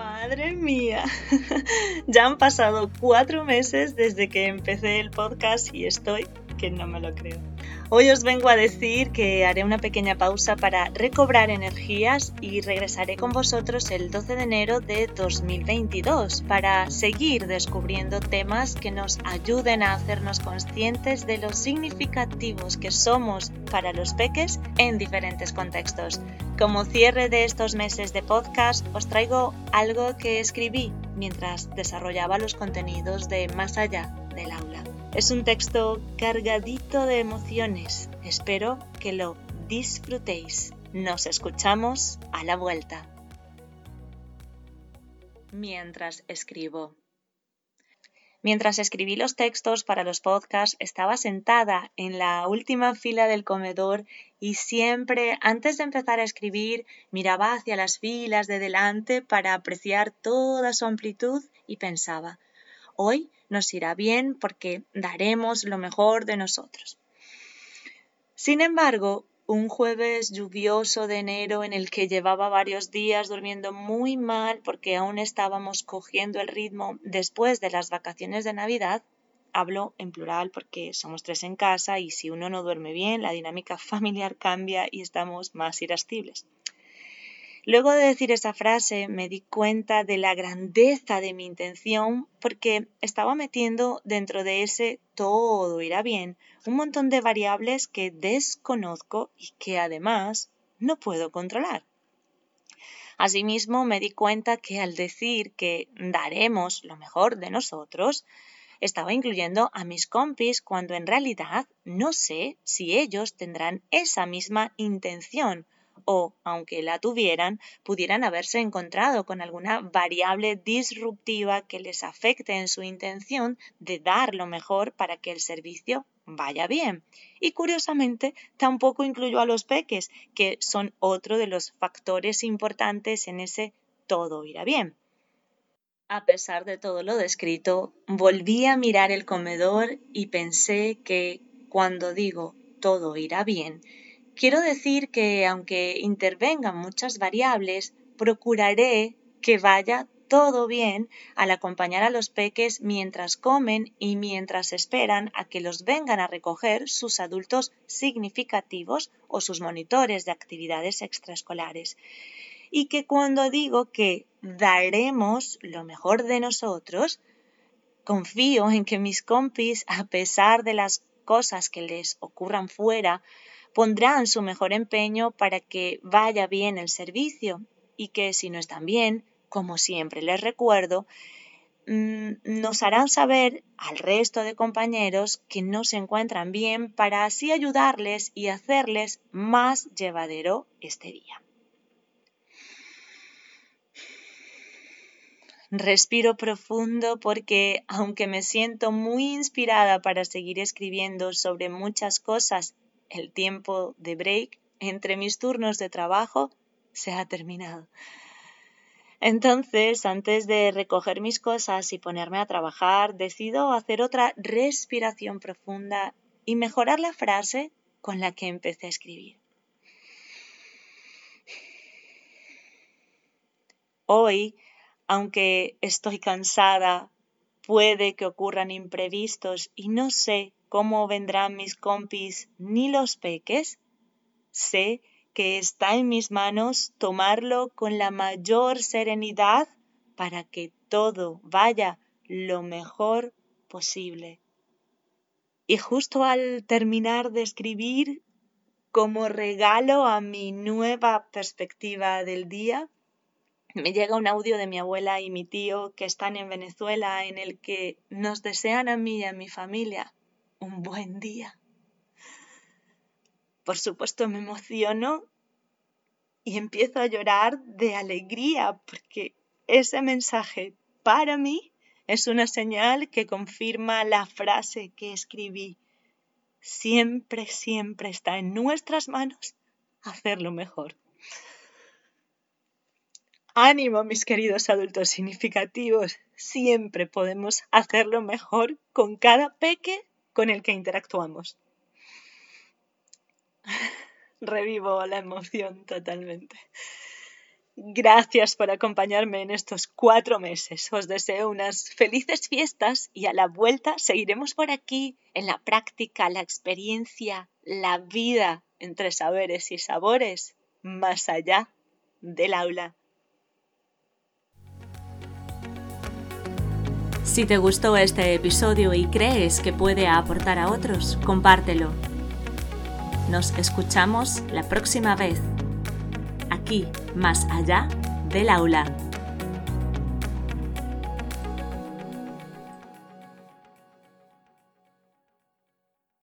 Madre mía, ya han pasado 4 meses desde que empecé el podcast y estoy que no me lo creo. Hoy os vengo a decir que haré una pequeña pausa para recobrar energías y regresaré con vosotros el 12 de enero de 2022 para seguir descubriendo temas que nos ayuden a hacernos conscientes de lo significativos que somos para los peques en diferentes contextos. Como cierre de estos meses de podcast, os traigo algo que escribí mientras desarrollaba los contenidos de Más allá del aula. Es un texto cargadito de emociones. Espero que lo disfrutéis. Nos escuchamos a la vuelta. Mientras escribo. Mientras escribí los textos para los podcasts, estaba sentada en la última fila del comedor y siempre, antes de empezar a escribir, miraba hacia las filas de delante para apreciar toda su amplitud y pensaba: hoy nos irá bien porque daremos lo mejor de nosotros. Sin embargo, un jueves lluvioso de enero en el que llevaba varios días durmiendo muy mal porque aún estábamos cogiendo el ritmo después de las vacaciones de Navidad, hablo en plural porque somos 3 en casa y si uno no duerme bien, la dinámica familiar cambia y estamos más irascibles. Luego de decir esa frase me di cuenta de la grandeza de mi intención porque estaba metiendo dentro de ese todo irá bien un montón de variables que desconozco y que además no puedo controlar. Asimismo me di cuenta que al decir que daremos lo mejor de nosotros, estaba incluyendo a mis compis cuando en realidad no sé si ellos tendrán esa misma intención o, aunque la tuvieran, pudieran haberse encontrado con alguna variable disruptiva que les afecte en su intención de dar lo mejor para que el servicio vaya bien. Y curiosamente, tampoco incluyo a los peques, que son otro de los factores importantes en ese todo irá bien. A pesar de todo lo descrito, volví a mirar el comedor y pensé que cuando digo todo irá bien, quiero decir que aunque intervengan muchas variables, procuraré que vaya todo bien al acompañar a los peques mientras comen y mientras esperan a que los vengan a recoger sus adultos significativos o sus monitores de actividades extraescolares. Y que cuando digo que daremos lo mejor de nosotros, confío en que mis compis, a pesar de las cosas que les ocurran fuera, pondrán su mejor empeño para que vaya bien el servicio y que si no están bien, como siempre les recuerdo, nos harán saber al resto de compañeros que no se encuentran bien para así ayudarles y hacerles más llevadero este día. Respiro profundo porque, aunque me siento muy inspirada para seguir escribiendo sobre muchas cosas, el tiempo de break entre mis turnos de trabajo se ha terminado. Entonces, antes de recoger mis cosas y ponerme a trabajar, decido hacer otra respiración profunda y mejorar la frase con la que empecé a escribir. Hoy, aunque estoy cansada, puede que ocurran imprevistos y no sé cómo vendrán mis compis ni los peques, sé que está en mis manos tomarlo con la mayor serenidad para que todo vaya lo mejor posible. Y justo al terminar de escribir, como regalo a mi nueva perspectiva del día, me llega un audio de mi abuela y mi tío que están en Venezuela en el que nos desean a mí y a mi familia un buen día. Por supuesto me emociono y empiezo a llorar de alegría porque ese mensaje para mí es una señal que confirma la frase que escribí. Siempre, siempre está en nuestras manos hacerlo mejor. Ánimo, mis queridos adultos significativos. Siempre podemos hacerlo mejor con cada peque con el que interactuamos. Revivo la emoción totalmente. Gracias por acompañarme en estos 4 meses. Os deseo unas felices fiestas y a la vuelta seguiremos por aquí en la práctica, la experiencia, la vida entre saberes y sabores, más allá del aula. Si te gustó este episodio y crees que puede aportar a otros, compártelo. Nos escuchamos la próxima vez, aquí, más allá del aula.